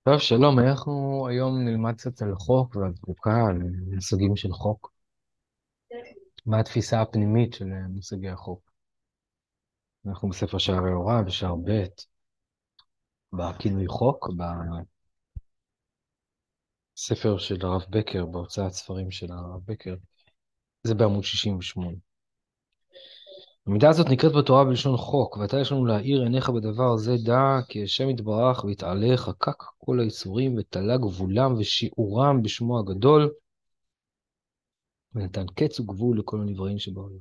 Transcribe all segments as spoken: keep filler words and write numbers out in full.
טוב, שלום, אנחנו היום נלמד קצת על חוק ועל חוקה, על מושגים של חוק. מה התפיסה הפנימית של מושגי החוק? אנחנו בספר שערי הוראה, בשער ב', בכינוי חוק, בספר של הרב בקר, בהוצאת ספרים של הרב בקר, זה בעמוד שישים ושמונה. המידה הזאת נקראת בתורה בלשון חוק, ועתה יש לנו להאיר עיניך בדבר זה, דע כי השם יתברך ויתעלה חקק כל היצורים ותלה גבולם ושיעורם בשמו הגדול, ונתן קץ וגבול לכל הנבראים שבעולם.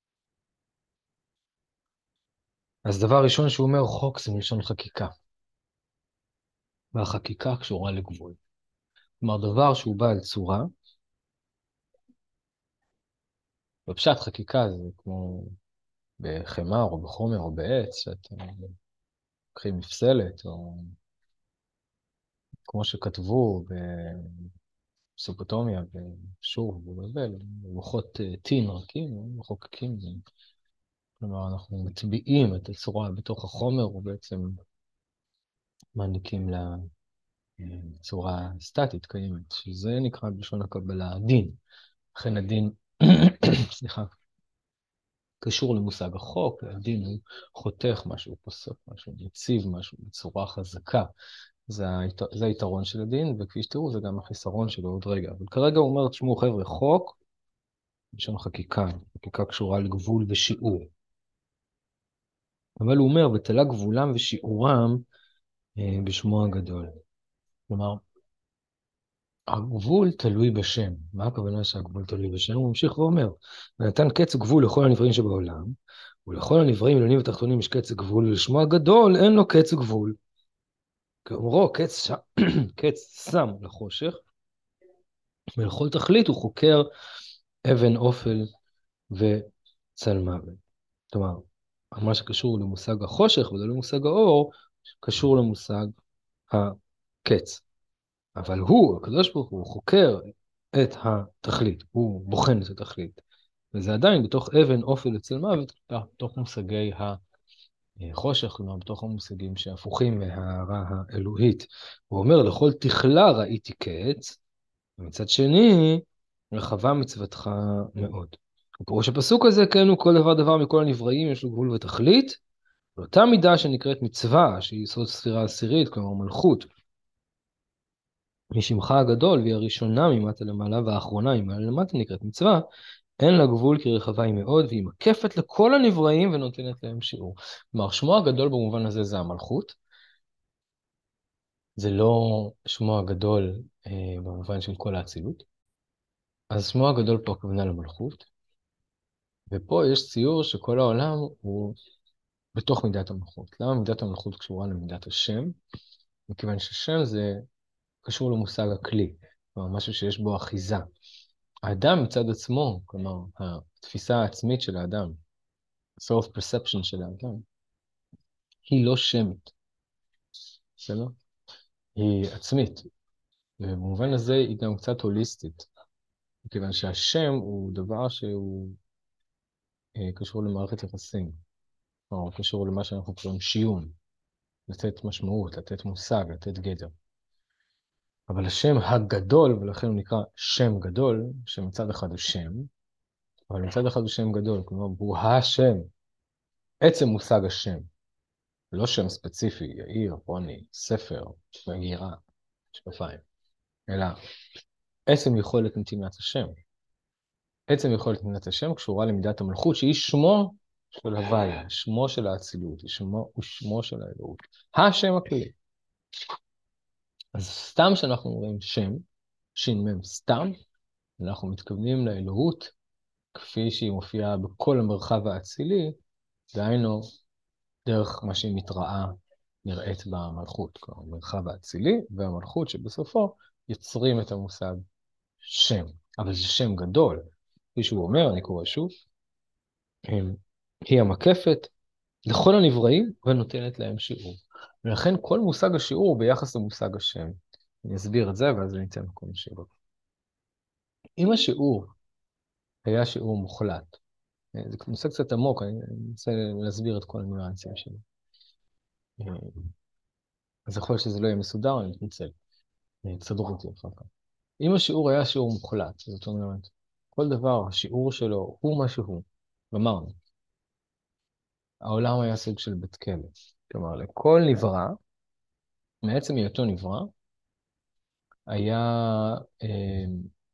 אז דבר ראשון שהוא אומר, חוק זה מלשון חקיקה. והחקיקה קשורה לגבול. כלומר, דבר שהוא בעל צורה, בפשט חקיקה זה כמו בחמר או בחומר או בעץ, שאתם לוקחים מפסלת, או כמו שכתבו בסופוטומיה, בשור ובבבל, לוחות טין רכים, מחוקקים. כלומר, אנחנו מטביעים את הצורה בתוך החומר, ובעצם מעניקים לה צורה סטטית קיימת, שזה נקרא בלשון הקבלה הדין. לכן הדין, סליחה, קשור למושג החוק, הדין הוא חותך משהו, פוסק משהו, מציב משהו בצורה חזקה. זה, היית... זה היתרון של הדין, וכפי שתראו זה גם החיסרון שלו עוד רגע. אבל כרגע הוא אומר, תשמעו חבר'ה, חוק, בלשון חקיקה, חקיקה קשורה לגבול ושיעור. אבל הוא אומר, ותלה גבולם ושיעורם אה, בשמו הגדול. כלומר, הגבול תלוי בשם. מה הכוונה שהגבול תלוי בשם? הוא ממשיך ואומר, ונתן קץ גבול לכל הנבראים שבעולם, ולכל הנבראים עליונים ותחתונים יש קץ גבול, ולשמו הגדול אין לו קץ גבול. כאומרו, קץ, ש... קץ שם לחושך, ולכל תכלית הוא חוקר אבן אופל וצל מוות. כלומר, מה שקשור למושג החושך ולא למושג האור, קשור למושג הקץ. אבל הוא, הקדוש ברוך הוא, חוקר את התכלית, הוא בוחן את התכלית. וזה עדיין בתוך אבן, אופל וצל מוות, בתוך מושגי החושך, כלומר בתוך המושגים שהפוכים מההערה האלוהית. הוא אומר, לכל תכלה ראיתי קץ, ומצד שני, רחבה מצוותך מאוד. ופירוש הפסוק הזה, כן, הוא כל דבר דבר מכל הנבראים, יש לו גבול ותכלית, באותה מידה שנקראת מצווה, שהיא יסוד ספירה עשירית, כלומר מלכות, משמך הגדול, והיא הראשונה ממטה למעלה, והאחרונה ממעלה למטה נקראת מצווה, אין לה גבול כי רחבה היא מאוד, והיא מקפת לכל הנבראים ונותנת להם שיעור. כלומר, שמו הגדול במובן הזה זה המלכות, זה לא שמו הגדול אה, במובן של כל האצילות, אז שמו הגדול פה הכוונה למלכות, ופה יש ציור שכל העולם הוא בתוך מידת המלכות. למה מידת המלכות קשורה למידת השם? מכיוון ששם זה קשור למושג הכלי, כלומר משהו שיש בו אחיזה. האדם מצד עצמו, כלומר התפיסה העצמית של האדם, self-perception של האדם, היא לא שמית, בסדר? היא עצמית, ובמובן הזה היא גם קצת הוליסטית, מכיוון שהשם הוא דבר שהוא אה, קשור למערכת יחסים, או קשור למה שאנחנו קוראים שיון, לתת משמעות, לתת מושג, לתת גדר. אבל השם הגדול, ולכן הוא נקרא שם גדול, שמצד אחד הוא שם, אבל מצד אחד הוא שם גדול, כלומר הוא השם, עצם מושג השם, לא שם ספציפי, יאיר, רוני, ספר, מגירה, שפפיים, אלא עצם יכולת נתינת השם. עצם יכולת נתינת השם קשורה למידת המלכות, שהיא שמו של הוויה, שמו של האצילות, שמו, הוא שמו של האלוהות. השם הכללי. אז סתם שאנחנו רואים שם, שין סתם, אנחנו מתכוונים לאלוהות, כפי שהיא מופיעה בכל המרחב האצילי, דהיינו דרך מה שהיא מתראה, נראית במלכות, כלומר, המרחב האצילי והמלכות שבסופו יוצרים את המושג שם. אבל זה שם גדול. כפי שהוא אומר, אני קורא שוב, היא המקפת לכל הנבראים ונותנת להם שיעור. ולכן כל מושג השיעור הוא ביחס למושג השם. אני אסביר את זה ואז אני אתן לכל שיעור. אם השיעור היה שיעור מוחלט, זה נושא קצת עמוק, אני רוצה להסביר את כל הניואנסים שלו. אז יכול להיות שזה לא יהיה מסודר, אני מתנצל. אני אצטדרו אותי אחר כך. אם השיעור היה שיעור מוחלט, זאת אומרת, כל דבר, השיעור שלו הוא מה שהוא, גמרנו. העולם היה סוג של בית כלא. כלומר, לכל נברא, מעצם היותו נברא, היה, אה,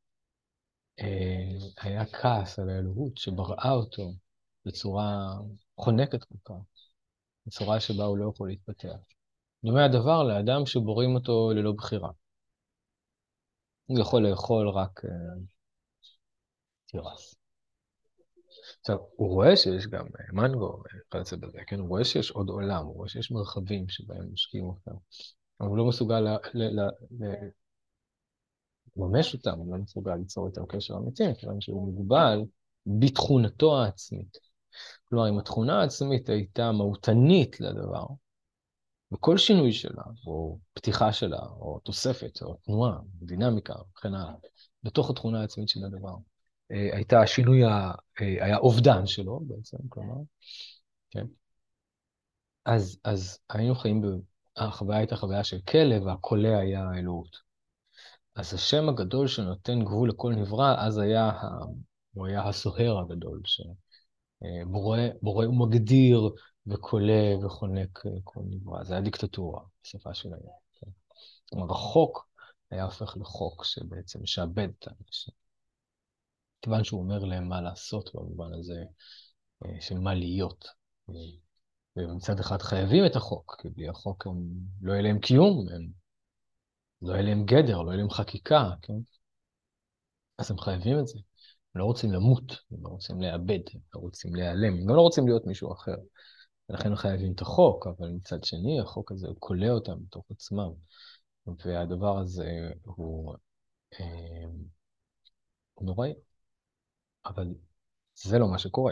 אה, היה כעס על האלוהות שבראה אותו בצורה חונקת כל כך, בצורה שבה הוא לא יכול להתפתח. דומה הדבר לאדם שבורים אותו ללא בחירה. הוא יכול לאכול רק אה, תירס. עכשיו, הוא רואה שיש גם אה, מנגו וכיוצא בזה, כן? הוא רואה שיש עוד עולם, הוא רואה שיש מרחבים שבהם משקיעים אותם. אבל הוא לא מסוגל ל- ל- ל- ל- לממש אותם, הוא לא מסוגל ליצור איתם קשר אמיתי, כיוון שהוא מוגבל בתכונתו העצמית. כלומר, אם התכונה העצמית הייתה מהותנית לדבר, וכל שינוי שלה, או פתיחה שלה, או תוספת, או תנועה, דינמיקה, וכן הלאה, בתוך התכונה העצמית של הדבר, אה, הייתה השינוי, ה- אה, היה אובדן שלו בעצם, כלומר, כן? אז, אז היינו חיים, ב... החוויה הייתה חוויה של כלא, והקולע היה האלוהות. אז השם הגדול שנותן גבול לכל נברא, אז היה, ה... הוא היה הסוהר הגדול, שבורא בורא ומגדיר וקולע וחונק כל נברא. זה היה דיקטטורה, בשפה של היום. כן? כלומר, החוק היה הופך לחוק שבעצם משעבד את האנשים. כיוון שהוא אומר להם מה לעשות במובן הזה אה, של מה להיות. ומצד אחד חייבים את החוק, כי בלי החוק הם לא יהיה להם קיום, הם, לא יהיה להם גדר, לא יהיה להם חקיקה, כן? אז הם חייבים את זה. הם לא רוצים למות, הם לא רוצים לאבד, הם לא רוצים להיעלם, הם לא רוצים להיות מישהו אחר. ולכן הם חייבים את החוק, אבל מצד שני, החוק הזה הוא כולא אותם בתוך עצמם. והדבר הזה הוא, אה, הוא נוראי, אבל זה לא מה שקורה.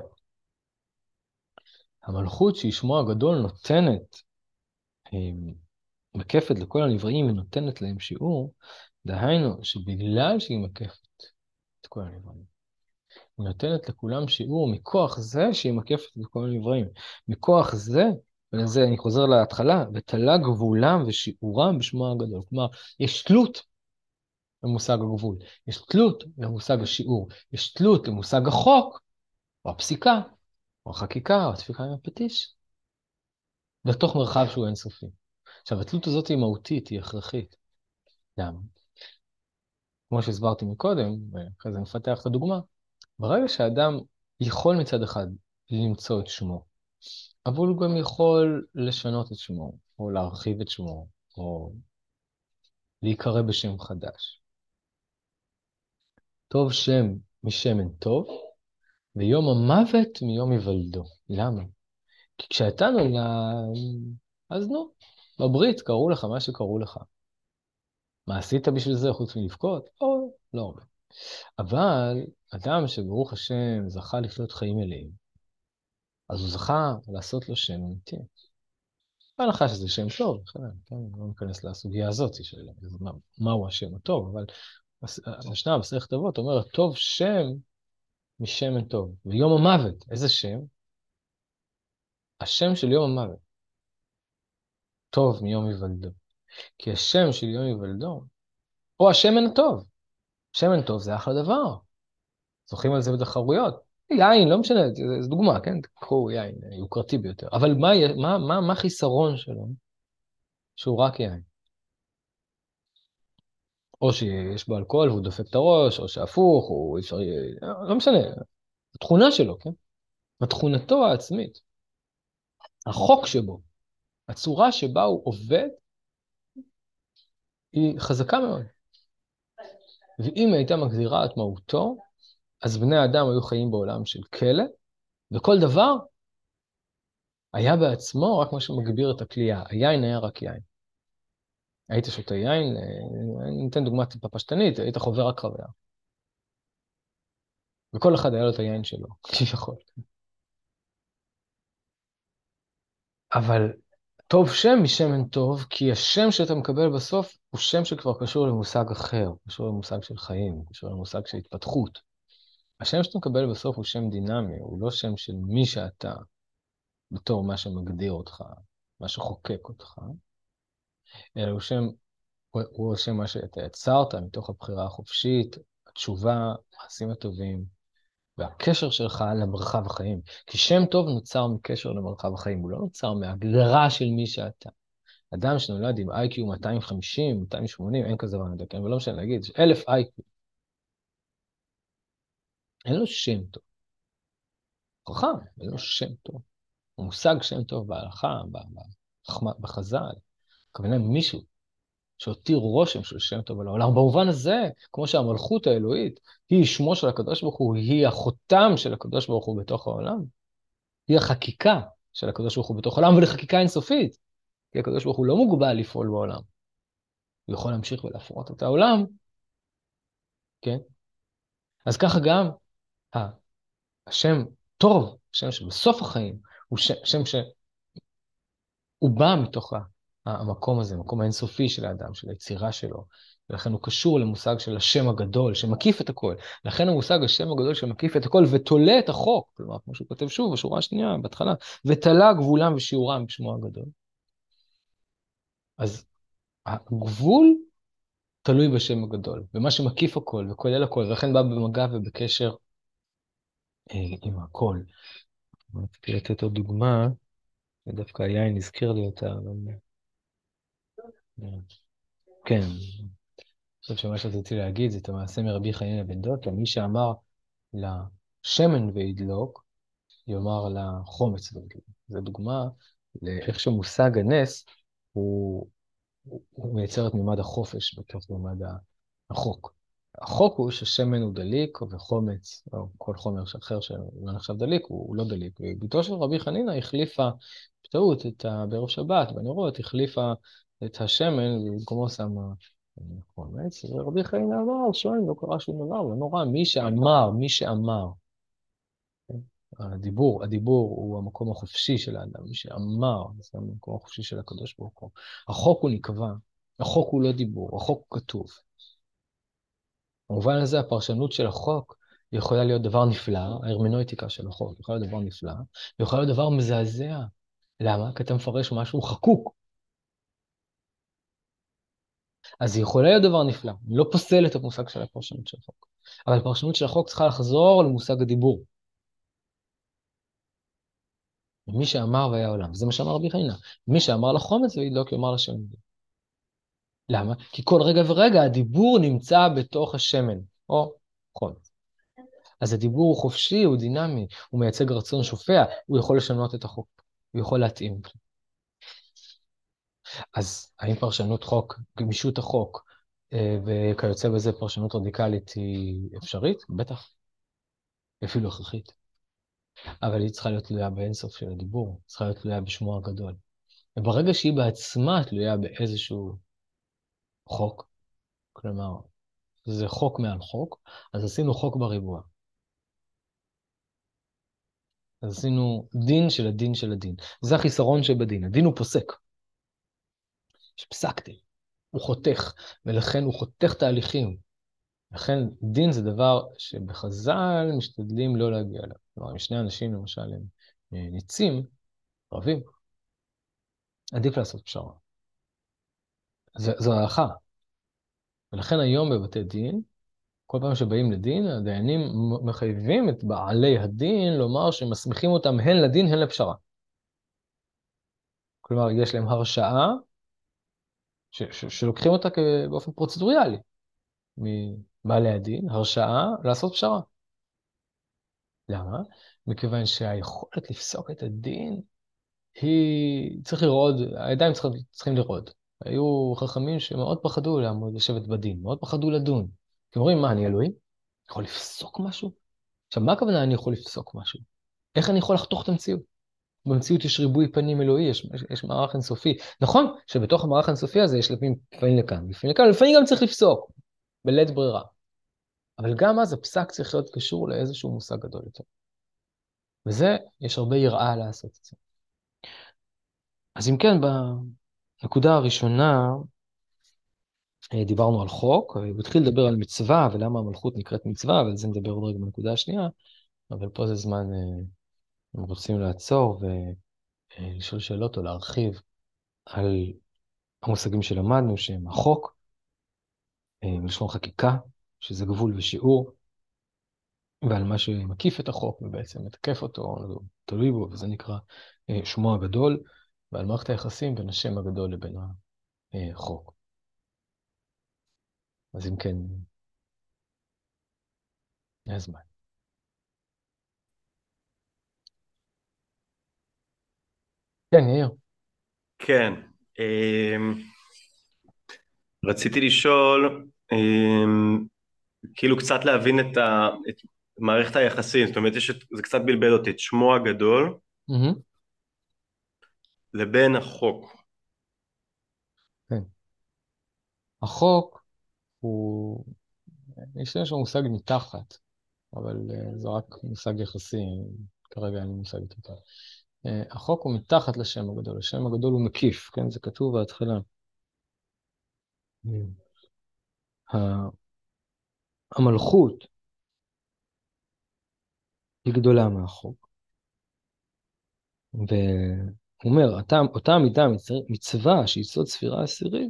המלכות שהיא שמו הגדול נותנת, אה, מקפת לכל הנבראים ונותנת להם שיעור, דהיינו שבגלל שהיא מקפת את כל הנבראים, היא נותנת לכולם שיעור מכוח זה שהיא מקפת את כל הנבראים. מכוח זה, ולזה אני חוזר להתחלה, ותלה גבולם ושיעורם בשמו הגדול. כלומר, יש תלות למושג הגבול, יש תלות למושג השיעור, יש תלות למושג החוק, או הפסיקה, או החקיקה, או הדפיקה עם הפטיש, בתוך מרחב שהוא אינסופי. עכשיו, התלות הזאת היא מהותית, היא הכרחית. למה? כמו שהסברתי מקודם, ואחרי זה נפתח את הדוגמה, ברגע שאדם יכול מצד אחד למצוא את שמו, אבל הוא גם יכול לשנות את שמו, או להרחיב את שמו, או להיקרא בשם חדש. טוב שם משמן טוב, ויום המוות מיום היוולדו. למה? כי כשאתה נולד, אז נו, בברית קראו לך מה שקראו לך. מה עשית בשביל זה חוץ מלבכות? או, לא הרבה. אבל אדם שברוך השם זכה לחיות חיים מלאים, אז הוא זכה לעשות לו שם אמיתי. בהנחה שזה שם טוב, כן, לא ניכנס לסוגיה הזאת של מה, מהו השם הטוב, אבל המשנה במסכת אבות אומרת, טוב שם משמן טוב. ויום המוות, איזה שם? השם של יום המוות. טוב מיום היוולדו. כי השם של יום היוולדו, או השמן הטוב. שמן טוב זה אחלה דבר. זוכים על זה בתחרויות. יין, לא משנה, זו דוגמה, כן? תקחו יין, יוקרתי ביותר. אבל מה, מה, מה, מה חיסרון שלו? שהוא רק יין. או שיש בו אלכוהול והוא דופק את הראש, או שהפוך, או אפשר... לא משנה, התכונה שלו, כן? התכונתו העצמית, החוק שבו, הצורה שבה הוא עובד, היא חזקה מאוד. ואם הייתה מגדירה את מהותו, אז בני האדם היו חיים בעולם של כלא, וכל דבר היה בעצמו רק מה שמגביר את הכלייה. היין היה רק יין. היית שותה יין, אני ניתן דוגמה טיפה פשטנית, היית חווה רק חוויה. וכל אחד היה לו את היין שלו, כביכול. אבל טוב שם משמן טוב, כי השם שאתה מקבל בסוף הוא שם שכבר קשור למושג אחר, קשור למושג של חיים, קשור למושג של התפתחות. השם שאתה מקבל בסוף הוא שם דינמי, הוא לא שם של מי שאתה, בתור מה שמגדיר אותך, מה שחוקק אותך, אלא הוא שם, הוא, הוא שם מה שאתה יצרת מתוך הבחירה החופשית, התשובה, המעשים הטובים, והקשר שלך למרחב החיים. כי שם טוב נוצר מקשר למרחב החיים, הוא לא נוצר מהגדרה של מי שאתה. אדם שנולד עם איי קיו מאתיים וחמישים, מאתיים ושמונים, אין כזה דבר נדע, כן? ולא משנה להגיד, אלף איי קיו. אין לו שם טוב. חכם, אין לו שם טוב. הוא מושג שם טוב בהלכה, בחכמה- בחז"ל. הכוונה מישהו שהותיר רושם של שם טוב על העולם. במובן הזה, כמו שהמלכות האלוהית היא שמו של הקדוש ברוך הוא, היא החותם של הקדוש ברוך הוא בתוך העולם, היא החקיקה של הקדוש ברוך הוא בתוך העולם, אבל היא חקיקה אינסופית, כי הקדוש ברוך הוא לא מוגבל לפעול בעולם. הוא יכול להמשיך ולהפרות את העולם, כן? אז ככה גם ה- השם טוב, השם שבסוף החיים, הוא ש- שם שהוא בא מתוך ה- המקום הזה, המקום האינסופי של האדם, של היצירה שלו, ולכן הוא קשור למושג של השם הגדול, שמקיף את הכל. לכן המושג השם הגדול שמקיף את הכל ותולה את החוק, כלומר, כמו שהוא כותב שוב, בשורה השנייה, בהתחלה, ותלה גבולם ושיעורם בשמו הגדול. אז הגבול תלוי בשם הגדול, ומה שמקיף הכל וכולל הכל, ולכן בא במגע ובקשר אה, עם הכל. רציתי לתת עוד דוגמה, ודווקא היין הזכיר לי אותה, אבל... אה, כן, אני חושב שמה שרציתי להגיד זה את המעשה מרבי חנינא בן דוטה, מי שאמר לשמן וידלוק, יאמר לחומץ וידלוק. זו דוגמה לאיך שמושג הנס הוא, הוא, הוא מייצר את מימד החופש בתוך מימד החוק. החוק הוא ששמן הוא דליק, וחומץ, או כל חומר אחר שלא נחשב דליק, הוא, הוא לא דליק. וביתו של רבי חנינא החליפה בטעות את ה- בערב שבת, בנרות, החליפה את השמן, ובמקומו שמה חומץ. ורבי חנינא אמר, שואל, לא קרה שום דבר, לא נורא, מי שאמר, מי שאמר. הדיבור, הדיבור הוא המקום החופשי של האדם, מי שאמר, זה המקום החופשי של הקדוש ברוך הוא. החוק הוא נקבע, החוק הוא לא דיבור, החוק הוא כתוב. במובן הזה הפרשנות של החוק יכולה להיות דבר נפלא, ההרמנויטיקה של החוק יכולה להיות דבר נפלא, ויכולה להיות דבר מזעזע. למה? כי אתה מפרש משהו חקוק. אז היא יכולה להיות דבר נפלא, היא לא פוסלת את המושג של הפרשנות של החוק. אבל הפרשנות של החוק צריכה לחזור למושג הדיבור. מי שאמר והיה עולם, זה מה שאמר רבי חנינא. מי שאמר לחומץ וידלוק יאמר לשמן. למה? כי כל רגע ורגע הדיבור נמצא בתוך השמן, או חומץ. אז הדיבור הוא חופשי, הוא דינמי, הוא מייצג רצון שופע, הוא יכול לשנות את החוק, הוא יכול להתאים. אז האם פרשנות חוק, גמישות החוק, אה, וכיוצא בזה פרשנות רדיקלית היא אפשרית? בטח, אפילו הכרחית. אבל היא צריכה להיות תלויה באינסוף של הדיבור, צריכה להיות תלויה בשמו הגדול. וברגע שהיא בעצמה תלויה באיזשהו חוק, כלומר, זה חוק מעל חוק, אז עשינו חוק בריבוע. אז עשינו דין של הדין של הדין. זה החיסרון שבדין. הדין הוא פוסק. שפסקתי. הוא חותך, ולכן הוא חותך תהליכים. לכן דין זה דבר שבחז"ל משתדלים לא להגיע אליו. כלומר, אם שני אנשים למשל הם ניצים, רבים, עדיף לעשות פשרה. זה, זו ההלכה. ולכן היום בבתי דין, כל פעם שבאים לדין, הדיינים מחייבים את בעלי הדין לומר שמסמיכים אותם הן לדין הן לפשרה. כלומר, יש להם הרשאה ש- ש- שלוקחים אותה באופן פרוצדוריאלי מבעלי הדין, הרשאה לעשות פשרה. למה? מכיוון שהיכולת לפסוק את הדין היא, צריך לראות, הידיים צריכים, צריכים לראות. היו חכמים שמאוד פחדו לעמוד, לשבת בדין, מאוד פחדו לדון. אתם אומרים, מה, אני אלוהים? אני יכול לפסוק משהו? עכשיו, מה הכוונה אני יכול לפסוק משהו? איך אני יכול לחתוך את המציאות? במציאות יש ריבוי פנים אלוהי, יש, יש, יש מערך אינסופי. נכון שבתוך המערך האינסופי הזה יש לפעמים, לפעמים לכאן, לפעמים לכאן, לפעמים גם צריך לפסוק, בלית ברירה. אבל גם אז הפסק צריך להיות קשור לאיזשהו מושג גדול יותר. וזה, יש הרבה יראה לעשות את זה. אז אם כן, בנקודה הראשונה, דיברנו על חוק, הוא התחיל לדבר על מצווה, ולמה המלכות נקראת מצווה, ועל זה נדבר עוד רגע בנקודה השנייה, אבל פה זה זמן, הם רוצים לעצור ולשאול שאלות או להרחיב על המושגים שלמדנו שהם החוק, מלשון חקיקה, שזה גבול ושיעור, ועל מה שמקיף את החוק ובעצם מתקף אותו, תלוי בו, וזה נקרא שמו הגדול, ועל מערכת היחסים בין השם הגדול לבין החוק. אז אם כן, הזמן. כן, יאיר. כן, אמ, רציתי לשאול, אמ, כאילו קצת להבין את, ה, את מערכת היחסים, זאת אומרת, יש את, זה קצת בלבל אותי, את שמו הגדול Mm-hmm. לבין החוק. כן. החוק הוא, יש לנו מושג מתחת, אבל uh, זה רק מושג יחסי, כרגע אין לי מושג יותר טוב. Uh, החוק הוא מתחת לשם הגדול, השם הגדול הוא מקיף, כן? זה כתוב בהתחלה. Mm. המלכות היא גדולה מהחוק, והוא אומר, אותה, אותה מידה מצווה שיסוד ספירה עשירית,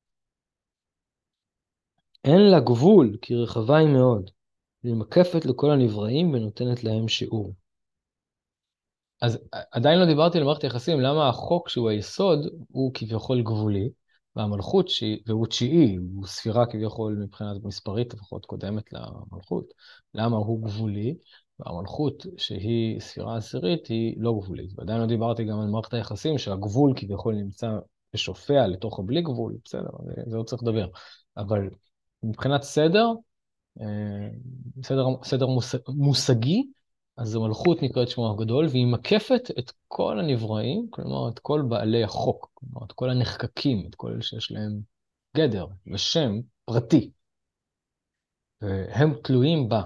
אין לה גבול, כי רחבה היא מאוד. היא מקפת לכל הנבראים ונותנת להם שיעור. אז עדיין לא דיברתי על מערכת היחסים, למה החוק שהוא היסוד הוא כביכול גבולי, והמלכות, שהיא, והוא תשיעי, הוא ספירה כביכול מבחינת מספרית לפחות קודמת למלכות, למה הוא גבולי, והמלכות שהיא ספירה עשירית היא לא גבולית. ועדיין לא דיברתי גם על מערכת היחסים, שהגבול כביכול נמצא ושופע לתוך הבלי גבול, בסדר, זה, זה עוד צריך לדבר. אבל מבחינת סדר, סדר, סדר מוס, מושגי, אז המלכות נקראת שמו הגדול, והיא מקפת את כל הנבראים, כלומר את כל בעלי החוק, כלומר את כל הנחקקים, את כל אלה שיש להם גדר ושם פרטי, והם תלויים בה,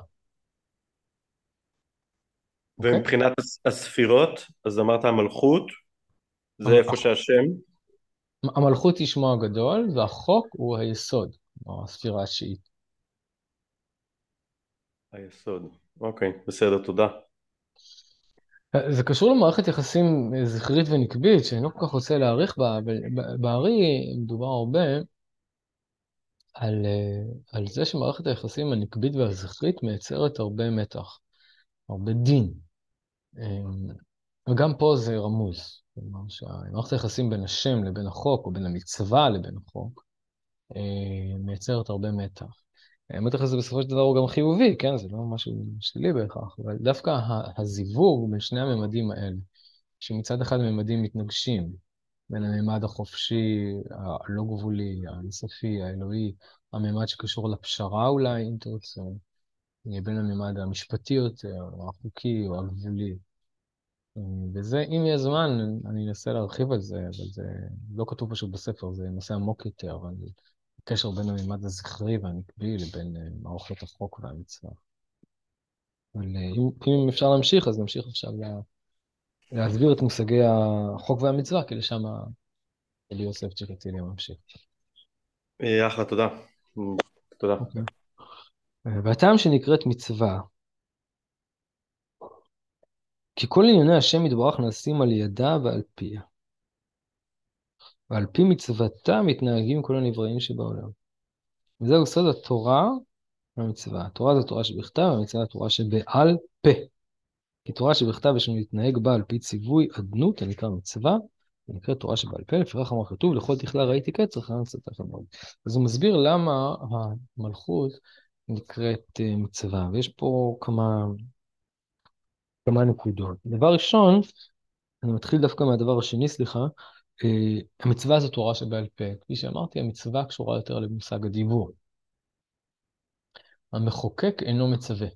אוקיי? ומבחינת הס- הספירות, אז אמרת המלכות, זה המ- איפה שהשם, המלכות היא שמו הגדול, והחוק הוא היסוד, כלומר הספירה התשיעית. היסוד. אוקיי, בסדר, תודה. זה קשור למערכת יחסים זכרית ונקבית, שאני לא כל כך רוצה להעריך בה, אבל בארי מדובר הרבה על, אה, על זה שמערכת היחסים הנקבית והזכרית מייצרת הרבה מתח, הרבה דין. אה, וגם פה זה רמוז. כלומר, שמערכת היחסים בין השם לבין החוק, או בין המצווה לבין החוק, אה, מייצרת הרבה מתח. המתח הזה בסופו של דבר הוא גם חיובי, כן? זה לא משהו שלילי בהכרח, אבל דווקא ה- הזיווג בין שני הממדים האלה, שמצד אחד הממדים מתנגשים, בין הממד החופשי, הלא גבולי, האינסופי, האלוהי, הממד שקשור לפשרה אולי, אם תרצה, בין הממד המשפטי יותר, או החוקי, או הגבולי. וזה, אם יהיה זמן, אני אנסה להרחיב על זה, אבל זה לא כתוב פשוט בספר, זה נושא עמוק יותר, אבל הקשר בין הממד הזכרי והנקבי לבין אה, מערכות החוק והמצווה. אבל אה, אם, אם אפשר להמשיך, אז נמשיך עכשיו לה, להסביר את מושגי החוק והמצווה, כי לשם אלי יוסף צ'קצילי ממשיך. אה, אחלה, תודה. תודה. אוקיי. והטעם שנקראת מצווה, כי כל ענייני השם יתברך נעשים על ידה ועל פיה. ועל פי מצוותה מתנהגים כל הנבראים שבעולם. וזהו סוד התורה והמצווה. התורה זו תורה שבכתב, והמצווה תורה שבעל פה. כי תורה שבכתב יש לנו להתנהג בה על פי ציווי אדנות, הנקרא מצווה, ונקראת תורה שבעל פה, לפיכך אמר כתוב, לכל תכלה ראיתי קץ, רחמנא לצאתך מאוד. אז הוא מסביר למה המלכות נקראת uh, מצווה, ויש פה כמה, כמה נקודות. דבר ראשון, אני מתחיל דווקא מהדבר השני, סליחה, uh, המצווה זו תורה שבעל פה. כפי שאמרתי, המצווה קשורה יותר למושג הדיבור. המחוקק אינו מצווה.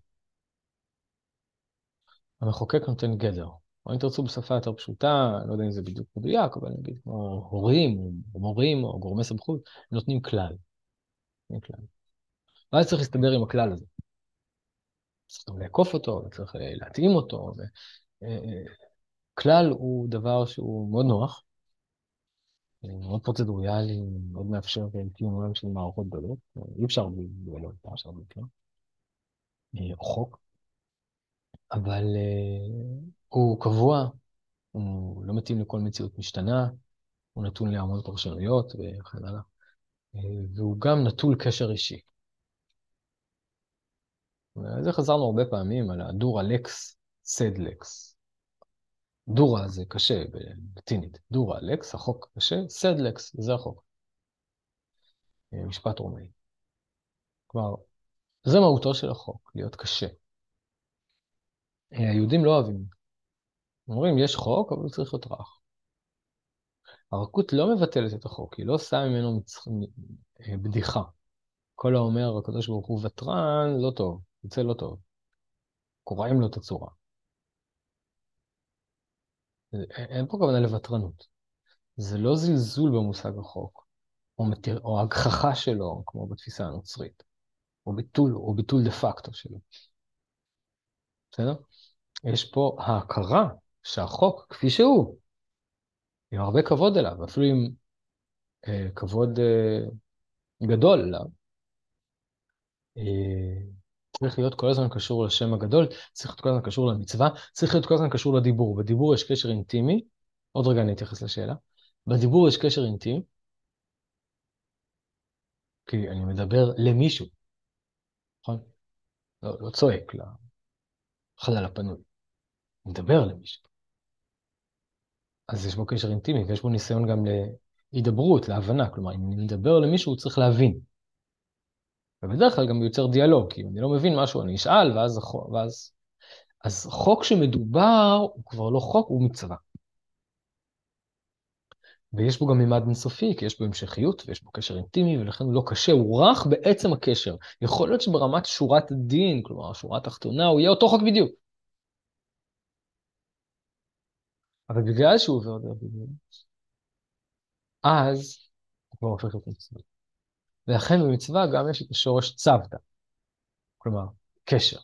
המחוקק נותן גדר. או אם תרצו בשפה יותר פשוטה, לא יודע אם זה בדיוק מדויק, אבל נגיד כמו הורים, או מורים, או גורמי סמכות, נותנים כלל. נותנים כלל. ואז צריך להסתדר עם הכלל הזה. צריך גם לעקוף אותו, צריך להתאים אותו. ו... כלל הוא דבר שהוא מאוד נוח, מאוד פרוצדוריאלי, מאוד מאפשר קיום עולם של מערכות גדולות. אי אפשר בלי גדולות, אי אפשר בלי כלל. או חוק. אבל uh, הוא קבוע, הוא לא מתאים לכל מציאות משתנה, הוא נתון להמון פרשנויות וכן הלאה, והוא גם נטול קשר אישי. זה חזרנו הרבה פעמים על הדורה לקס, סד לקס. דורה זה קשה בלטינית, דורה לקס, החוק קשה, סד לקס, זה החוק. משפט רומאי. כלומר, זה מהותו של החוק, להיות קשה. היהודים לא אוהבים. אומרים, יש חוק, אבל הוא צריך להיות רך. הרכות לא מבטלת את החוק, היא לא עושה ממנו מצח... בדיחה. כל האומר, הקדוש ברוך הוא ותרן, לא טוב, יוצא לא טוב. קוראים לו את הצורה. אין פה כוונה לוותרנות. זה לא זלזול במושג החוק, או, מתיר... או הגחכה שלו, כמו בתפיסה הנוצרית, או ביטול, או ביטול דה פקטו שלו. בסדר? יש פה ההכרה שהחוק, כפי שהוא, עם הרבה כבוד אליו, אפילו עם אה, כבוד אה, גדול אליו, אה, צריך להיות כל הזמן קשור לשם הגדול, צריך להיות כל הזמן קשור למצווה, צריך להיות כל הזמן קשור לדיבור. בדיבור יש קשר אינטימי, עוד רגע אני אתייחס לשאלה, בדיבור יש קשר אינטימי, כי אני מדבר למישהו, נכון? לא, לא צועק לחלל הפנוי, אני מדבר למישהו. אז יש בו קשר אינטימי, ויש בו ניסיון גם להידברות, להבנה, כלומר, אם אני מדבר למישהו, הוא צריך להבין. ובדרך כלל גם יוצר דיאלוג, כי אם אני לא מבין משהו, אני אשאל, ואז, ואז... אז חוק שמדובר, הוא כבר לא חוק, הוא מצווה. ויש בו גם מימד אינסופי, כי יש בו המשכיות, ויש בו קשר אינטימי, ולכן הוא לא קשה, הוא רך בעצם הקשר. יכול להיות שברמת שורת הדין, כלומר, שורת תחתונה, הוא יהיה אותו חוק בדיוק. אבל בגלל שהוא עובר דרך בדיוק, אז הוא כבר הופך להיות מצווה. ולכן במצווה גם יש את השורש צוותא, כלומר, קשר.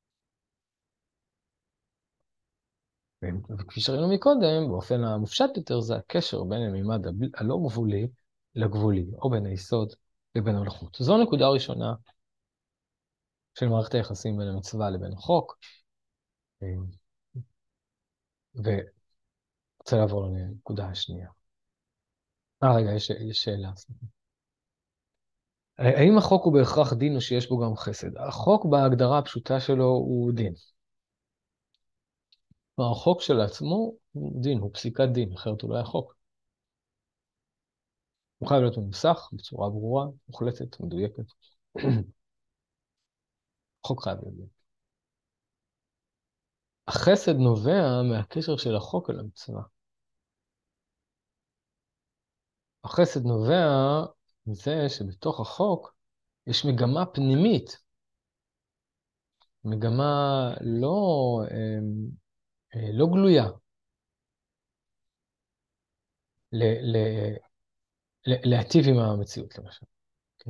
וכפי שראינו מקודם, באופן המופשט יותר, זה הקשר בין המימד הלא גבולי לגבולי, או בין היסוד לבין המלכות. זו נקודה ראשונה של מערכת היחסים בין המצווה לבין החוק. ורוצה לעבור לנקודה השנייה. אה, רגע, יש, יש שאלה. האם החוק הוא בהכרח דין או שיש בו גם חסד? החוק בהגדרה הפשוטה שלו הוא דין. החוק של עצמו הוא דין, הוא פסיקת דין, אחרת הוא לא היה חוק. הוא חייב להיות מנוסח בצורה ברורה, מוחלטת, מדויקת. חוק חייב להיות דין. החסד נובע מהקשר של החוק אל המצווה. החסד נובע מזה שבתוך החוק יש מגמה פנימית, מגמה לא, לא גלויה, ל, ל, להטיב עם המציאות, למשל. כן.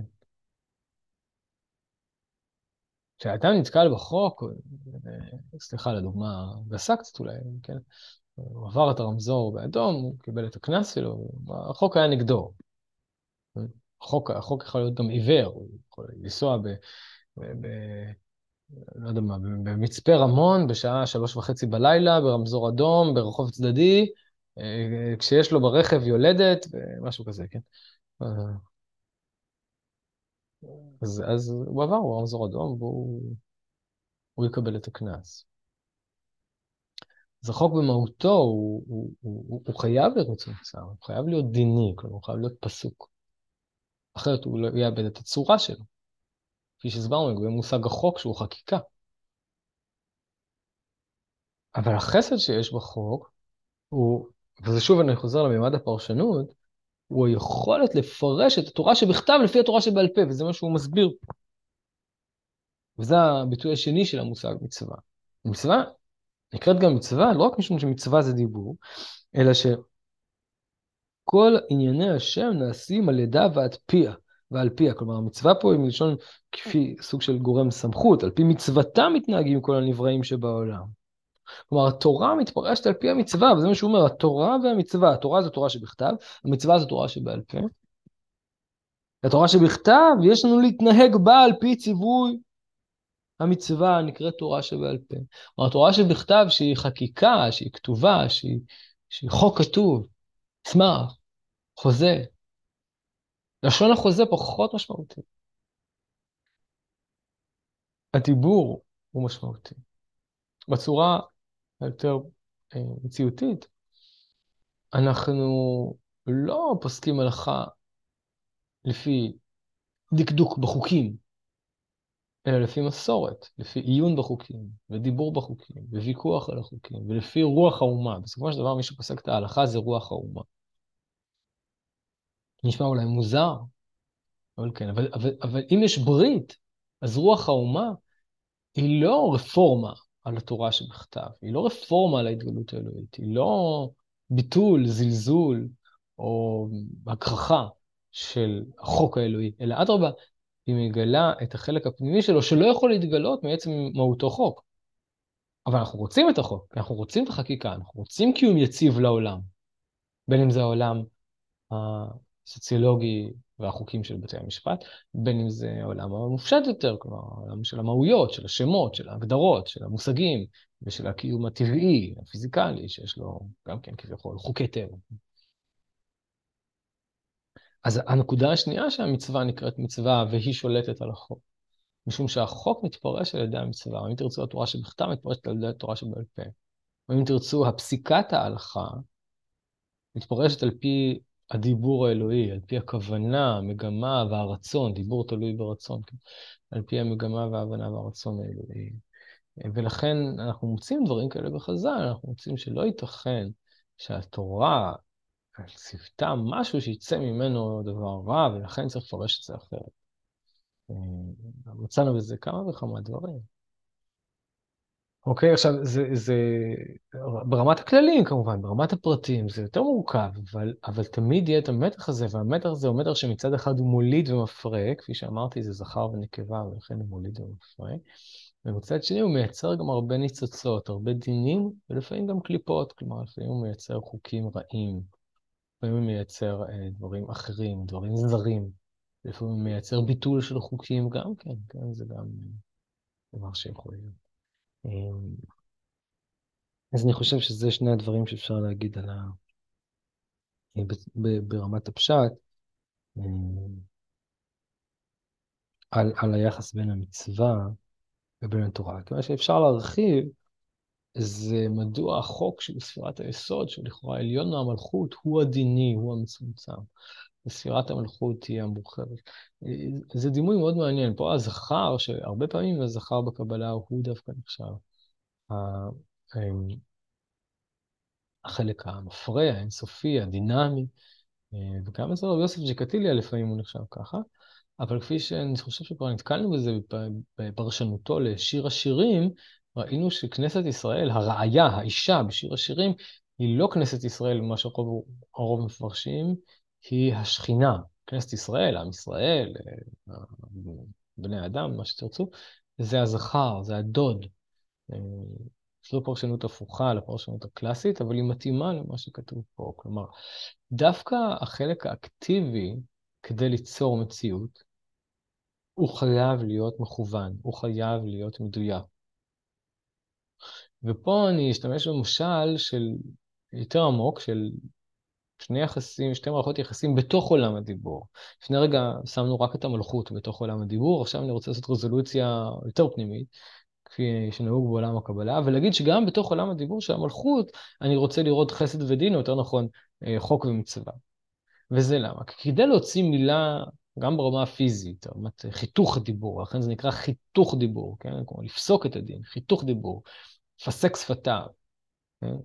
כשאדם נתקל בחוק, סליחה, לדוגמה, גסה קצת אולי, כן? הוא עבר את הרמזור באדום, הוא קיבל את הקנס שלו, החוק היה נגדו. החוק, החוק יכול להיות גם עיוור, הוא יכול לנסוע ב... ב, ב לא יודע מה, במצפה רמון, בשעה שלוש וחצי בלילה, ברמזור אדום, ברחוב צדדי, כשיש לו ברכב יולדת, ומשהו כזה, כן? אז, אז הוא עבר, הוא רמזור אדום, והוא הוא יקבל את הקנס. אז החוק במהותו, הוא, הוא, הוא, הוא חייב להיות מצומצם, הוא חייב להיות דיני, כלומר, הוא חייב להיות פסוק. אחרת הוא לא יאבד את הצורה שלו. כפי שהסברנו, לגבי מושג החוק שהוא חקיקה. אבל החסד שיש בחוק, הוא, וזה שוב אני חוזר לממד הפרשנות, הוא היכולת לפרש את התורה שבכתב לפי התורה שבעל פה, וזה מה שהוא מסביר. וזה הביטוי השני של המושג מצווה. מצווה נקראת גם מצווה, לא רק משום שמצווה זה דיבור, אלא שכל ענייני השם נעשים על ידה ועד פיה, ועל פיה. כלומר, המצווה פה היא מלשון כפי סוג של גורם סמכות, על פי מצוותה מתנהגים כל הנבראים שבעולם. כלומר, התורה מתפרשת על פי המצווה, וזה מה שהוא אומר, התורה והמצווה. התורה זו תורה שבכתב, המצווה זו תורה שבעל פה. התורה שבכתב, יש לנו להתנהג בה על פי ציווי. המצווה נקראת תורה שבעל פה. כלומר, התורה שבכתב שהיא חקיקה, שהיא כתובה, שהיא, שהיא חוק כתוב, צמח. חוזה. לשון החוזה פחות משמעותי. הדיבור הוא משמעותי. בצורה היותר אה, מציאותית, אנחנו לא פוסקים הלכה לפי דקדוק בחוקים, אלא לפי מסורת, לפי עיון בחוקים, ודיבור בחוקים, וויכוח על החוקים, ולפי רוח האומה. בסופו של דבר, מי שפוסק את ההלכה זה רוח האומה. נשמע אולי מוזר, אבל כן, אבל, אבל, אבל אם יש ברית, אז רוח האומה היא לא רפורמה על התורה שבכתב, היא לא רפורמה על ההתגלות האלוהית, היא לא ביטול, זלזול או הכרחה של החוק האלוהי, אלא אדרבה, היא מגלה את החלק הפנימי שלו שלא יכול להתגלות מעצם מהותו חוק. אבל אנחנו רוצים את החוק, אנחנו רוצים את החקיקה, אנחנו רוצים קיום יציב לעולם, בין אם זה העולם הסוציולוגי והחוקים של בתי המשפט, בין אם זה העולם המופשט יותר, כלומר, העולם של המהויות, של השמות, של ההגדרות, של המושגים, ושל הקיום הטבעי, הפיזיקלי, שיש לו גם כן כביכול חוקי טבע. אז הנקודה השנייה שהמצווה נקראת מצווה והיא שולטת על החוק, משום שהחוק מתפרש על ידי המצווה, או אם תרצו התורה שבכתב מתפרשת על ידי התורה שבעל פה, או אם תרצו הפסיקת ההלכה, מתפרשת על פי הדיבור האלוהי, על פי הכוונה, המגמה והרצון, דיבור תלוי ברצון, כן? על פי המגמה וההבנה והרצון האלוהי. ולכן אנחנו מוצאים דברים כאלה בחז"ל, אנחנו מוצאים שלא ייתכן שהתורה צוותה משהו שיצא ממנו דבר רע, ולכן צריך לפרש את זה אחרת. מצאנו בזה כמה וכמה דברים. אוקיי, עכשיו, זה, זה ברמת הכללים כמובן, ברמת הפרטים, זה יותר מורכב, אבל, אבל תמיד יהיה את המתח הזה, והמתח הזה הוא מתח שמצד אחד הוא מוליד ומפרה, כפי שאמרתי, זה זכר ונקבה, ולכן הוא מוליד ומפרה, ומצד שני הוא מייצר גם הרבה ניצוצות, הרבה דינים, ולפעמים גם קליפות, כלומר, לפעמים הוא מייצר חוקים רעים, לפעמים הוא מייצר אה, דברים אחרים, דברים זרים, לפעמים הוא מייצר ביטול של חוקים גם כן, כן, זה גם דבר שיכול להיות. אז אני חושב שזה שני הדברים שאפשר להגיד על ה... ברמת הפשט, על, על היחס בין המצווה ובין התורה. כיוון שאפשר להרחיב, זה מדוע החוק של ספירת היסוד, שהוא לכאורה עליון מהמלכות, הוא הדיני, הוא המצומצם. וספירת המלכות היא המורחבת. זה דימוי מאוד מעניין. פה הזכר, שהרבה פעמים הזכר בקבלה הוא דווקא נחשב. החלק המפרה, האינסופי, הדינמי, וגם אצל רבי יוסף ג'קטיליה לפעמים הוא נחשב ככה, אבל כפי שאני חושב שכבר נתקלנו בזה בפרשנותו לשיר השירים, ראינו שכנסת ישראל, הראיה, האישה בשיר השירים, היא לא כנסת ישראל, מה שהרוב הרוב מפרשים, היא השכינה. כנסת ישראל, עם ישראל, בני אדם, מה שתרצו, זה הזכר, זה הדוד. זו פרשנות הפוכה לפרשנות הקלאסית, אבל היא מתאימה למה שכתוב פה. כלומר, דווקא החלק האקטיבי כדי ליצור מציאות, הוא חייב להיות מכוון, הוא חייב להיות מדויק. ופה אני אשתמש במשל של יותר עמוק, של שני יחסים, שתי מערכות יחסים בתוך עולם הדיבור. לפני רגע שמנו רק את המלכות בתוך עולם הדיבור, עכשיו אני רוצה לעשות רזולוציה יותר פנימית, כפי שנהוג בעולם הקבלה, ולהגיד שגם בתוך עולם הדיבור של המלכות, אני רוצה לראות חסד ודין, או יותר נכון, חוק ומצווה. וזה למה? כי כדי להוציא מילה, גם ברמה הפיזית, ברמת חיתוך הדיבור, לכן זה נקרא חיתוך דיבור, כן? כמו לפסוק את הדין, חיתוך דיבור, לפסק שפתיו, כן?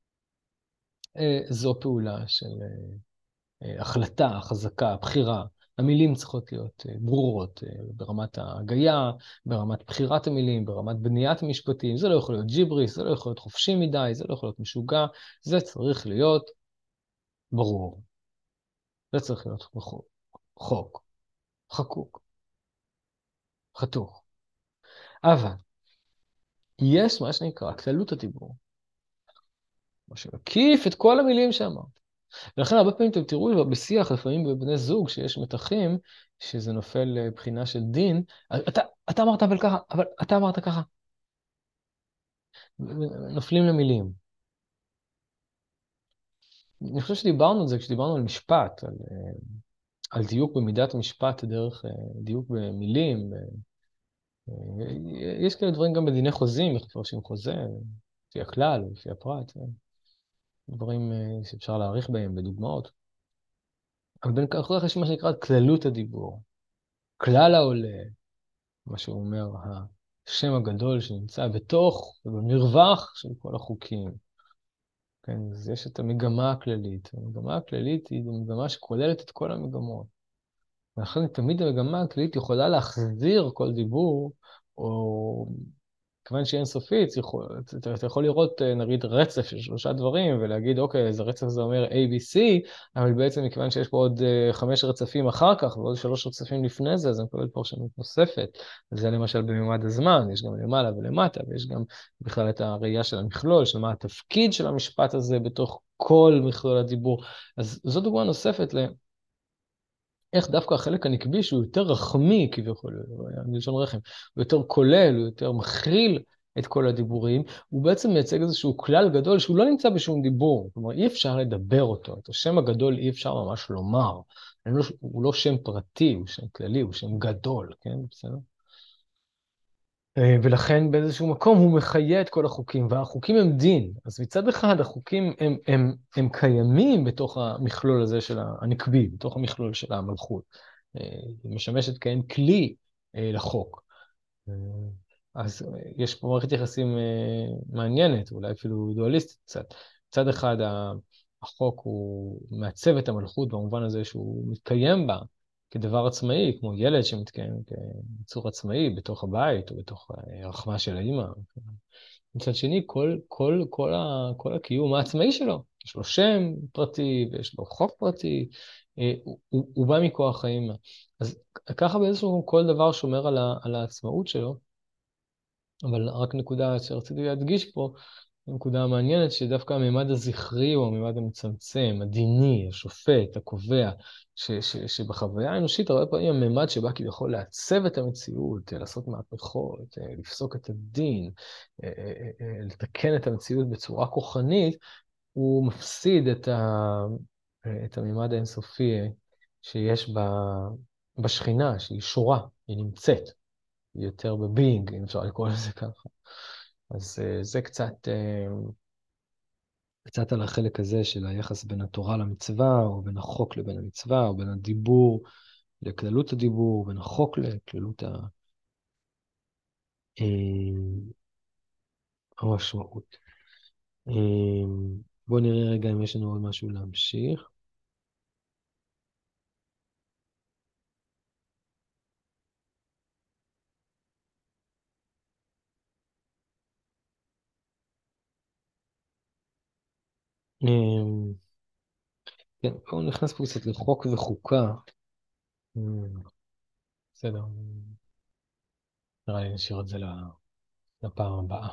זו פעולה של החלטה, חזקה, בחירה. המילים צריכות להיות ברורות ברמת ההגייה, ברמת בחירת המילים, ברמת בניית המשפטים. זה לא יכול להיות ג'יבריס, זה לא יכול להיות חופשי מדי, זה לא יכול להיות משוגע, זה צריך להיות ברור. זה צריך להיות חוק, חקוק, חתוך. אבל יש מה שנקרא כללות הדיבור, מה שמקיף את כל המילים שאמרת. ולכן הרבה פעמים אתם תראו בשיח, לפעמים בבני זוג, שיש מתחים, שזה נופל לבחינה של דין, אתה, אתה אמרת אבל ככה, אבל אתה אמרת ככה. נופלים למילים. אני חושב שדיברנו על זה כשדיברנו על משפט, על, על דיוק במידת המשפט דרך אה, דיוק במילים. אה, יש כאלה דברים גם בדיני חוזים, איך מפרשים חוזה, לפי הכלל, לפי הפרט, אה, דברים אה, שאפשר להעריך בהם בדוגמאות. אבל בין כך יש מה שנקרא כללות הדיבור. כלל העולה, מה שהוא אומר, השם הגדול שנמצא בתוך ובמרווח של כל החוקים. כן, אז יש את המגמה הכללית. המגמה הכללית היא מגמה שכוללת את כל המגמות. ולכן תמיד המגמה הכללית יכולה להחזיר כל דיבור, או כיוון שהיא אינסופית, יכול, אתה, אתה יכול לראות נגיד רצף של שלושה דברים, ולהגיד, אוקיי, אז הרצף הזה אומר A, B, C, אבל בעצם מכיוון שיש פה עוד uh, חמש רצפים אחר כך, ועוד שלוש רצפים לפני זה, אז אני מקבל פרשנות נוספת. זה למשל בממד הזמן, יש גם למעלה ולמטה, ויש גם בכלל את הראייה של המכלול, של מה התפקיד של המשפט הזה בתוך כל מכלול הדיבור. אז זו דוגמה נוספת ל... איך דווקא החלק הנקבי, שהוא יותר רחמי כביכול, מלשון רחם, הוא יותר כולל, הוא יותר מכיל את כל הדיבורים, הוא בעצם מייצג איזשהו כלל גדול שהוא לא נמצא בשום דיבור. כלומר, אי אפשר לדבר אותו. את השם הגדול אי אפשר ממש לומר. לא, הוא לא שם פרטי, הוא שם כללי, הוא שם גדול, כן? בסדר? ולכן באיזשהו מקום הוא מחיה את כל החוקים, והחוקים הם דין. אז מצד אחד החוקים הם, הם, הם קיימים בתוך המכלול הזה של הנקבי, בתוך המכלול של המלכות. היא משמשת כעין כלי לחוק. אז יש פה מערכת יחסים מעניינת, אולי אפילו דואליסטית קצת. מצד אחד החוק הוא מעצב את המלכות במובן הזה שהוא מתקיים בה, כדבר עצמאי, כמו ילד שמתקיים כיצור עצמאי בתוך הבית או בתוך הרחמה של האמא. מצד שני, כל, כל, כל, ה, כל הקיום העצמאי שלו, יש לו שם פרטי ויש לו חוק פרטי, הוא, הוא, הוא בא מכוח האמא. אז ככה באיזשהו כל דבר שומר על, ה, על העצמאות שלו, אבל רק נקודה שרציתי להדגיש פה, נקודה מעניינת שדווקא הממד הזכרי הוא הממד המצמצם, הדיני, השופט, הקובע, ש, ש, שבחוויה האנושית הרבה פעמים הממד שבא כביכול לעצב את המציאות, לעשות מהפכות, לפסוק את הדין, לתקן את המציאות בצורה כוחנית, הוא מפסיד את, ה, את הממד האינסופי שיש ב, בשכינה, שהיא שורה, היא נמצאת, היא יותר בביינג, אם אפשר לקרוא לזה ככה. אז זה קצת... קצת על החלק הזה של היחס בין התורה למצווה, או בין החוק לבין המצווה, או בין הדיבור לכללות הדיבור, בין החוק לכללות ה... המשמעות. בואו נראה רגע אם יש לנו עוד משהו להמשיך. כן, בואו נכנס פה קצת לחוק וחוקה. בסדר. נראה לי נשאיר את זה לפעם הבאה.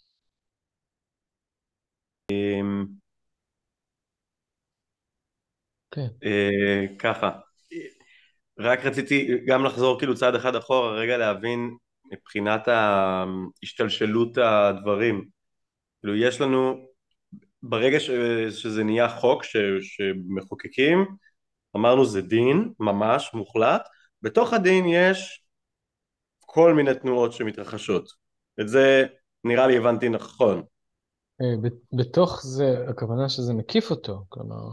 כן. ככה, רק רציתי גם לחזור כאילו צעד אחד אחורה, רגע להבין מבחינת השתלשלות הדברים. כאילו יש לנו, ברגע שזה נהיה חוק ש, שמחוקקים, אמרנו זה דין ממש מוחלט, בתוך הדין יש כל מיני תנועות שמתרחשות. את זה נראה לי הבנתי נכון. בתוך זה, הכוונה שזה מקיף אותו, כלומר,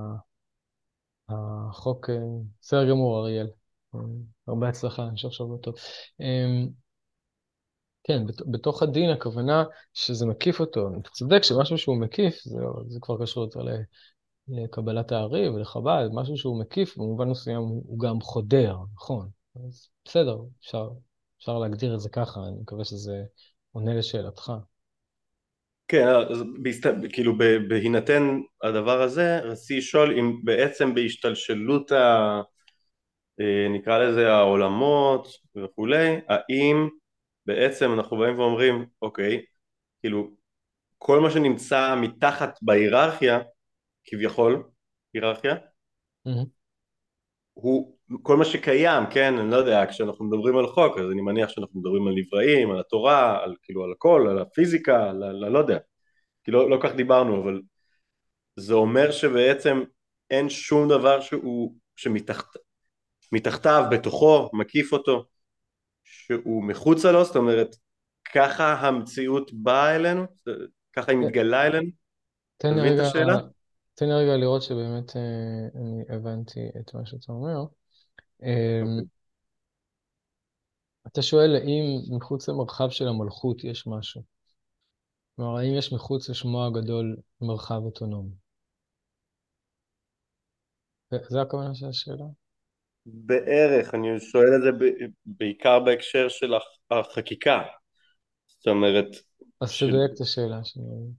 החוק, בסדר גמור, אריאל. הרבה הצלחה, אני חושב שעכשיו לא טוב. כן, בתוך הדין הכוונה שזה מקיף אותו. אתה צודק שמשהו שהוא מקיף, זה, זה כבר קשור יותר לקבלת הארי ולחב"ד, משהו שהוא מקיף, במובן מסוים הוא גם חודר, נכון. אז בסדר, אפשר, אפשר להגדיר את זה ככה, אני מקווה שזה עונה לשאלתך. כן, אז בהסת... כאילו בהינתן הדבר הזה, רציתי לשאול אם בעצם בהשתלשלות ה... נקרא לזה העולמות וכולי, האם בעצם אנחנו באים ואומרים, אוקיי, כאילו כל מה שנמצא מתחת בהיררכיה, כביכול, היררכיה, Mm-hmm. הוא כל מה שקיים, כן, אני לא יודע, כשאנחנו מדברים על חוק, אז אני מניח שאנחנו מדברים על נבראים, על התורה, על כאילו על הכל, על הפיזיקה, על, על, לא יודע, כי לא, לא כך דיברנו, אבל זה אומר שבעצם אין שום דבר שהוא, שמתחת, מתחתיו, בתוכו, מקיף אותו, שהוא מחוצה לו, זאת אומרת, ככה המציאות באה אלינו, ככה היא מתגלה אלינו, תן אתה לי מבין את רגע, השאלה? תן לי רגע לראות שבאמת אה, אני הבנתי את מה שאתה אומר. אה, אוקיי. אתה שואל האם מחוץ למרחב של המלכות יש משהו. כלומר, האם יש מחוץ לשמו הגדול מרחב אוטונומי? זה זה הכוונה של השאלה? בערך, אני שואל את זה ב- בעיקר בהקשר של הח- החקיקה, זאת אומרת, אז תדייק את השאלה שלי.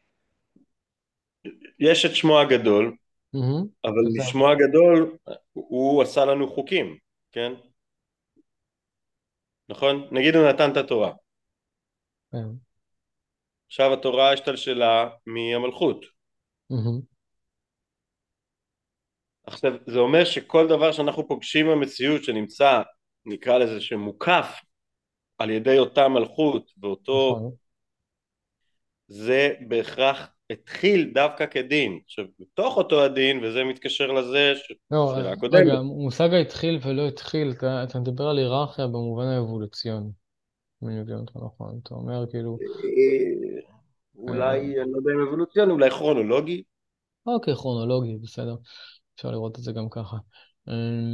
שיש את שמו הגדול, מהמם. אבל שזה- משמו הגדול הוא עשה לנו חוקים, כן? נכון? נגיד הוא נתן את התורה, כן. עכשיו התורה השתלשלה מהמלכות, מהמם. עכשיו זה אומר שכל דבר שאנחנו פוגשים במציאות שנמצא, נקרא לזה שמוקף על ידי אותה מלכות ואותו, נכון. זה בהכרח התחיל דווקא כדין. עכשיו בתוך אותו הדין, וזה מתקשר לזה ש... לא, שאלה רגע, הקודמת, מושג התחיל ולא התחיל, אתה, אתה מדבר על היררכיה במובן האבולוציוני, אם אני מבין אותך נכון. אתה אומר כאילו, אה, אה, אולי, אני לא יודע אם אבולוציוני, אולי כרונולוגי. אוקיי, כרונולוגי, בסדר, אפשר לראות את זה גם ככה. אה,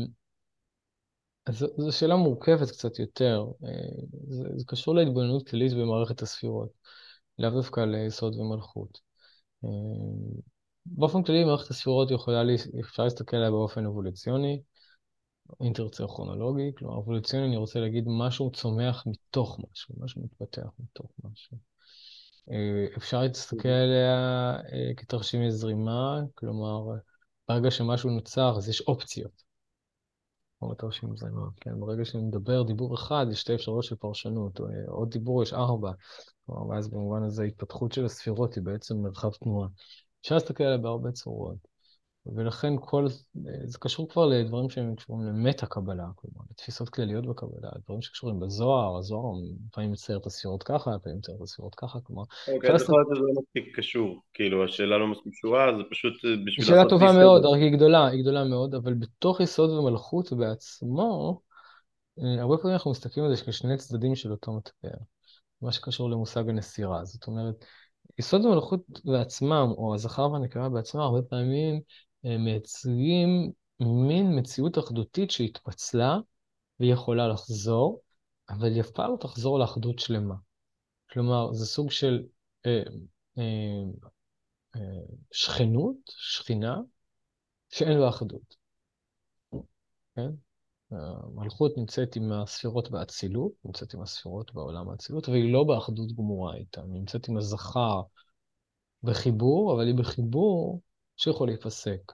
אז זו זו שאלה מורכבת קצת יותר. אה, זה, זה קשור להתבוננות כללית במערכת הספירות, לאו דווקא ליסוד ומלכות. אה, באופן כללי, מערכת הספירות יכולה, לה- אפשר להסתכל עליה באופן אבולוציוני, אם תרצה כרונולוגי, כלומר, אבולוציוני אני רוצה להגיד משהו צומח מתוך משהו, משהו מתפתח מתוך משהו. אה, אפשר להסתכל עליה אה, כתרשימי זרימה, כלומר, ברגע שמשהו נוצר, אז יש אופציות. כמו בתרשים זרימה, כן? ברגע שנדבר דיבור אחד, יש שתי אפשרויות של פרשנות, או אה, עוד דיבור יש ארבע. כלומר, ואז במובן הזה, ההתפתחות של הספירות היא בעצם מרחב תנועה. אפשר להסתכל עליה בהרבה צורות. ולכן כל, זה קשור כבר לדברים שהם קשורים למטה-קבלה, כלומר, לתפיסות כלליות בקבלה, דברים שקשורים בזוהר, הזוהר לפעמים מצייר את הספירות ככה, לפעמים מצייר את הספירות ככה, כלומר, אוקיי, אפשר אז לעשות... יכול להיות שזה לא מספיק קשור, כאילו השאלה לא מספיק קשורה, זה פשוט אה, זו בשביל שאלה לעשות לי טובה מאוד, סדר. רק היא גדולה, היא גדולה מאוד, אבל בתוך יסוד ומלכות בעצמו, אה, הרבה פעמים אנחנו מסתכלים על זה כשני צדדים של אותו מטבע, מה שקשור למושג הנסירה. זאת אומרת, יסוד ומלכות בעצמם, או הזכר והנקבה בעצמם, הרבה פעמים אה, מייצגים מין מציאות אחדותית שהתפצלה, והיא יכולה לחזור, אבל היא אף פעם לא תחזור לאחדות שלמה. כלומר, זה סוג של אה, אה, אה, שכנות, שכינה, שאין בה אחדות, כן? המלכות נמצאת עם הספירות באצילות, נמצאת עם הספירות בעולם האצילות, והיא לא באחדות גמורה איתה. היא נמצאת עם הזכר בחיבור, אבל היא בחיבור שיכול להיפסק.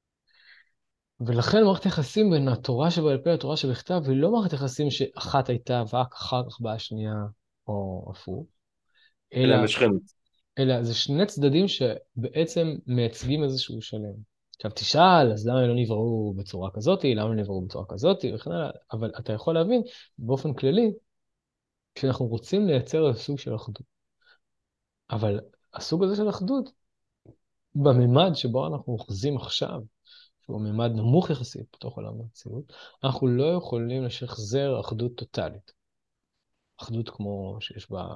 ולכן מערכת יחסים בין התורה שבעל פה לתורה שבכתב, היא לא מערכת יחסים שאחת הייתה ורק אחר כך באה השנייה, או הפוך, אלא, אלא משכנות. אלא זה שני צדדים שבעצם מייצגים איזשהו שלם. עכשיו תשאל, אז למה הם לא נבראו בצורה כזאת, למה הם נבראו בצורה כזאת, וכן הלאה, אבל אתה יכול להבין באופן כללי, כשאנחנו רוצים לייצר סוג של אחדות. אבל הסוג הזה של אחדות, בממד שבו אנחנו אוחזים עכשיו, שהוא ממד נמוך יחסית בתוך עולם המציאות, אנחנו לא יכולים לשחזר אחדות טוטאלית. אחדות כמו שיש בה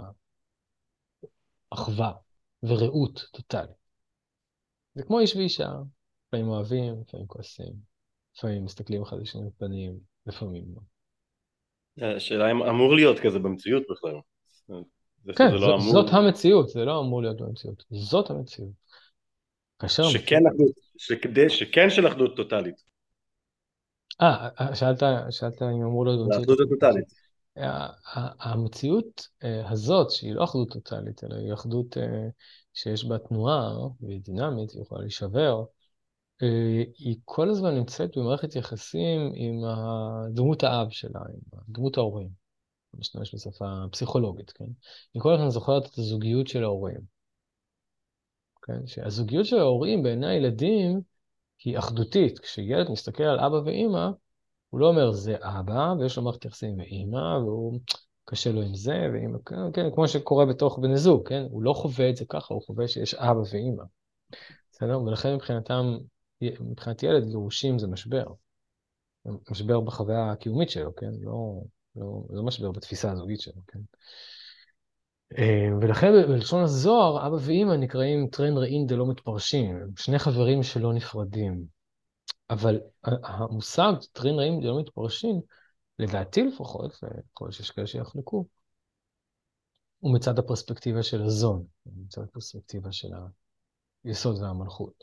אחווה ורעות טוטאלית. זה כמו איש ואישה, לפעמים אוהבים, לפעמים כועסים, לפעמים מסתכלים אחד לשני בפנים, לפעמים לא. השאלה אם אמור להיות כזה במציאות בכלל. זה שזה כן, לא ז- זאת אמור, המציאות, זה לא אמור להיות במציאות. זאת המציאות. כאשר שכן המציאות... אחדות, שכדי, שכן של אחדות טוטאלית, אה, אה, שאלת, שאלת אם אמור להיות זה במציאות האחדות אחדות טוטאלית. הטוטאלית. ה- ה- המציאות אה, הזאת, שהיא לא אחדות טוטאלית, אלא היא אחדות אה, שיש בה תנועה, והיא דינמית, היא יכולה להישבר, אה, היא כל הזמן נמצאת במערכת יחסים עם דמות האב שלה, עם דמות ההורים. אני משתמש בשפה פסיכולוגית, כן? היא כל הזמן זוכרת את הזוגיות של ההורים, כן? שהזוגיות של ההורים בעיני הילדים היא אחדותית. כשילד מסתכל על אבא ואימא, הוא לא אומר זה אבא, ויש לו מערכת יחסים עם אימא, והוא קשה לו עם זה, ואימא, כן, כן, כמו שקורה בתוך בני זוג, כן? הוא לא חווה את זה ככה, הוא חווה שיש אבא ואימא. בסדר? ולכן מבחינתם, מבחינת ילד, גירושים זה משבר. משבר בחוויה הקיומית שלו, כן? לא, לא, לא משבר בתפיסה הזוגית שלו, כן? אה, ולכן בלשון הזוהר, אבא ואמא נקראים טרן רעין דלא מתפרשים, הם שני חברים שלא נפרדים. אבל ה- המושג טרן רעים דלא מתפרשים, לדעתי לפחות, ויכול להיות שיש כאלה שיחלקו, הוא מצד הפרספקטיבה של הזון, מצד הפרספקטיבה של היסוד והמלכות.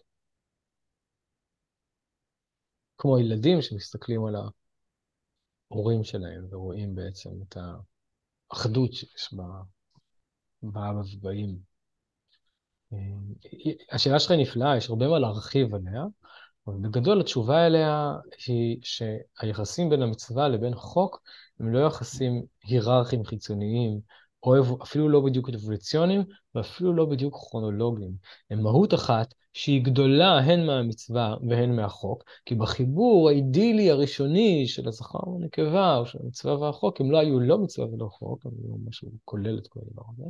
כמו ילדים שמסתכלים על ההורים שלהם ורואים בעצם את האחדות שיש בה- באבא ובאים. אה, השאלה שלך היא נפלאה, יש הרבה מה להרחיב עליה, אבל בגדול התשובה אליה היא שהיחסים בין המצווה לבין חוק הם לא יחסים היררכיים חיצוניים, או אפילו לא בדיוק אבולוציוניים, ואפילו לא בדיוק כרונולוגיים. הם מהות אחת שהיא גדולה הן מהמצווה והן מהחוק, כי בחיבור האידילי הראשוני של הזכר והנקבה, או של המצווה והחוק, הם לא היו לא מצווה ולא חוק, הם היו משהו כולל את כל הדבר הזה.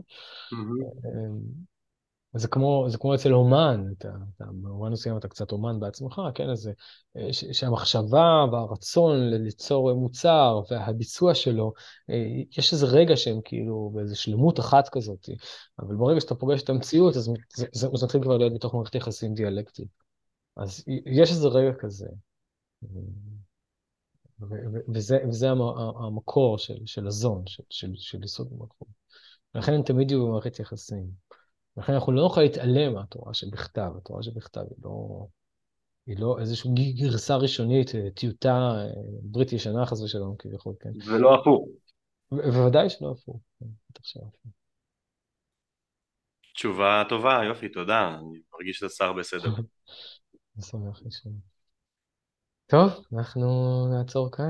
זה כמו, זה כמו אצל אומן, אתה, אתה, במובן מסוים אתה קצת אומן בעצמך, כן? אז אה, ש- שהמחשבה והרצון ליצור מוצר והביצוע שלו, אה, יש איזה רגע שהם כאילו באיזו שלמות אחת כזאת, אבל ברגע שאתה פוגש את המציאות, אז זה, זה, זה מתחיל כבר להיות בתוך מערכת יחסים דיאלקטית. אז יש איזה רגע כזה, ו- ו- וזה, וזה המ- המקור של, של הזון, של, של, של יסוד המקום. ולכן הם תמיד יהיו במערכת יחסים. לכן אנחנו לא נוכל להתעלם מהתורה שבכתב. התורה שבכתב היא לא, היא לא איזושהי גרסה ראשונית, אה, טיוטה, אה, ברית ישנה חס ושלום כביכול, כן? ולא הפוך. ו- בוודאי שלא הפוך. כן, בטח שלא הפוך. תשובה טובה, יופי, תודה, אני מרגיש את השר בסדר. אני שמח לשמוע. טוב, אנחנו נעצור כאן.